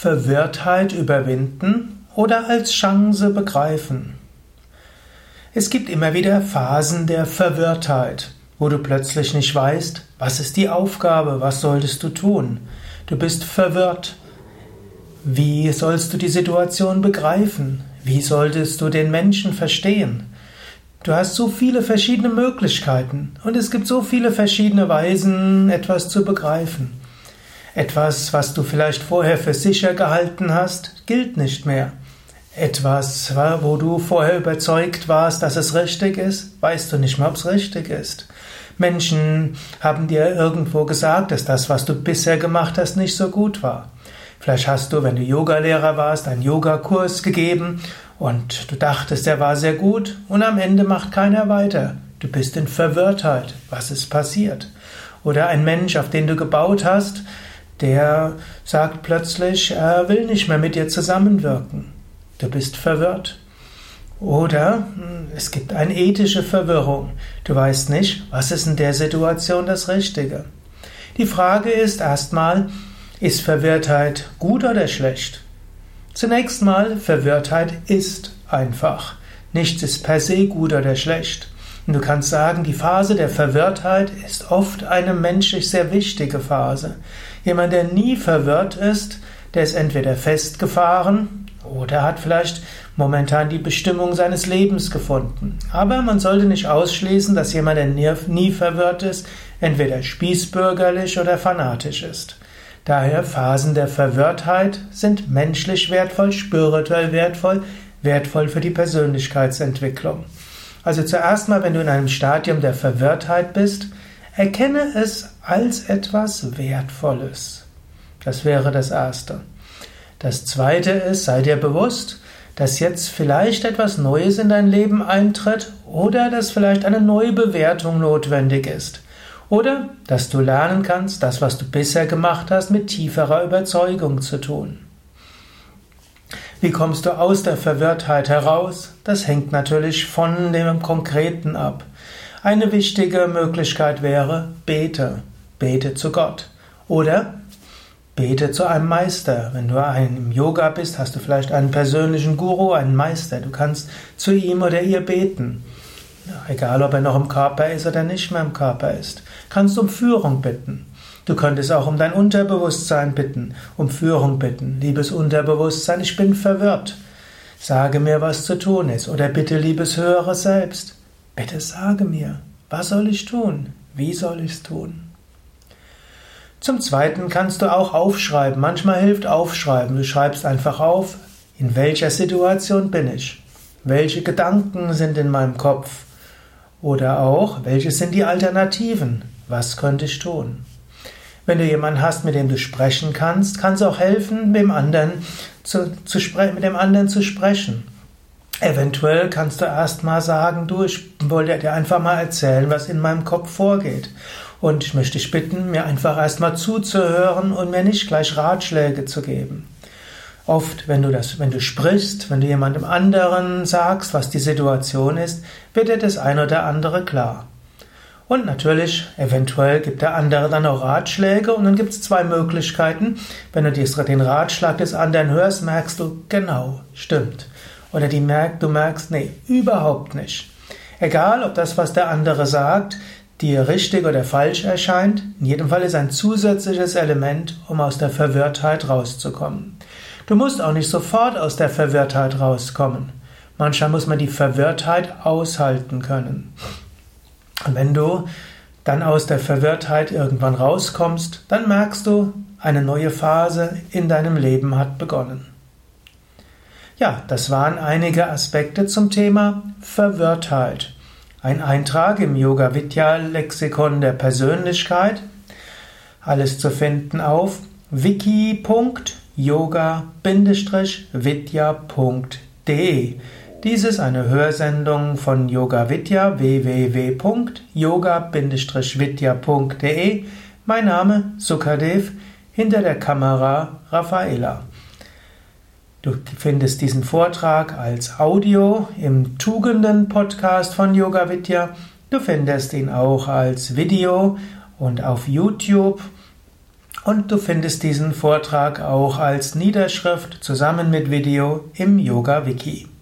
Verwirrtheit überwinden oder als Chance begreifen. Es gibt immer wieder Phasen der Verwirrtheit, wo du plötzlich nicht weißt, was ist die Aufgabe, was solltest du tun. Du bist verwirrt. Wie sollst du die Situation begreifen? Wie solltest du den Menschen verstehen? Du hast so viele verschiedene Möglichkeiten und es gibt so viele verschiedene Weisen, etwas zu begreifen. Etwas, was du vielleicht vorher für sicher gehalten hast, gilt nicht mehr. Etwas, wo du vorher überzeugt warst, dass es richtig ist, weißt du nicht mehr, ob es richtig ist. Menschen haben dir irgendwo gesagt, dass das, was du bisher gemacht hast, nicht so gut war. Vielleicht hast du, wenn du Yogalehrer warst, einen Yogakurs gegeben und du dachtest, der war sehr gut und am Ende macht keiner weiter. Du bist in Verwirrtheit. Was ist passiert? Oder ein Mensch, auf den du gebaut hast, der sagt plötzlich, er will nicht mehr mit dir zusammenwirken. Du bist verwirrt. Oder es gibt eine ethische Verwirrung. Du weißt nicht, was ist in der Situation das Richtige. Die Frage ist erstmal, ist Verwirrtheit gut oder schlecht? Zunächst mal, Verwirrtheit ist einfach. Nichts ist per se gut oder schlecht. Und du kannst sagen, die Phase der Verwirrtheit ist oft eine menschlich sehr wichtige Phase. Jemand, der nie verwirrt ist, der ist entweder festgefahren oder hat vielleicht momentan die Bestimmung seines Lebens gefunden. Aber man sollte nicht ausschließen, dass jemand, der nie verwirrt ist, entweder spießbürgerlich oder fanatisch ist. Daher Phasen der Verwirrtheit sind menschlich wertvoll, spirituell wertvoll, wertvoll für die Persönlichkeitsentwicklung. Also zuerst mal, wenn du in einem Stadium der Verwirrtheit bist, erkenne es als etwas Wertvolles. Das wäre das Erste. Das Zweite ist, sei dir bewusst, dass jetzt vielleicht etwas Neues in dein Leben eintritt oder dass vielleicht eine neue Bewertung notwendig ist. Oder dass du lernen kannst, das, was du bisher gemacht hast, mit tieferer Überzeugung zu tun. Wie kommst du aus der Verwirrtheit heraus? Das hängt natürlich von dem Konkreten ab. Eine wichtige Möglichkeit wäre, bete. Bete zu Gott. Oder bete zu einem Meister. Wenn du im Yoga bist, hast du vielleicht einen persönlichen Guru, einen Meister. Du kannst zu ihm oder ihr beten. Egal, ob er noch im Körper ist oder nicht mehr im Körper ist. Kannst um Führung bitten. Du könntest auch um dein Unterbewusstsein bitten, um Führung bitten. Liebes Unterbewusstsein, ich bin verwirrt. Sage mir, was zu tun ist. Oder bitte, liebes höhere Selbst, bitte sage mir, was soll ich tun? Wie soll ich es tun? Zum Zweiten kannst du auch aufschreiben. Manchmal hilft Aufschreiben. Du schreibst einfach auf, in welcher Situation bin ich? Welche Gedanken sind in meinem Kopf? Oder auch, welche sind die Alternativen? Was könnte ich tun? Wenn du jemanden hast, mit dem du sprechen kannst, kann es auch helfen, mit dem anderen zu sprechen. Eventuell kannst du erstmal sagen, du, ich wollte dir einfach mal erzählen, was in meinem Kopf vorgeht. Und ich möchte dich bitten, mir einfach erstmal zuzuhören und mir nicht gleich Ratschläge zu geben. Oft, wenn du sprichst, wenn du jemandem anderen sagst, was die Situation ist, wird dir das ein oder andere klar. Und natürlich, eventuell gibt der andere dann auch Ratschläge und dann gibt es zwei Möglichkeiten. Wenn du den Ratschlag des anderen hörst, merkst du, genau, stimmt. Oder du merkst, nee, überhaupt nicht. Egal, ob das, was der andere sagt, dir richtig oder falsch erscheint, in jedem Fall ist ein zusätzliches Element, um aus der Verwirrtheit rauszukommen. Du musst auch nicht sofort aus der Verwirrtheit rauskommen. Manchmal muss man die Verwirrtheit aushalten können. Und wenn du dann aus der Verwirrtheit irgendwann rauskommst, dann merkst du, eine neue Phase in deinem Leben hat begonnen. Ja, das waren einige Aspekte zum Thema Verwirrtheit. Ein Eintrag im Yoga-Vidya-Lexikon der Persönlichkeit. Alles zu finden auf wiki.yoga-vidya.de. Dies ist eine Hörsendung von Yoga Vidya, www.yoga-vidya.de. Mein Name Sukadev, hinter der Kamera Raffaela. Du findest diesen Vortrag als Audio im Tugenden-Podcast von Yoga Vidya. Du findest ihn auch als Video und auf YouTube Und du findest diesen Vortrag auch als Niederschrift zusammen mit Video im Yoga Wiki.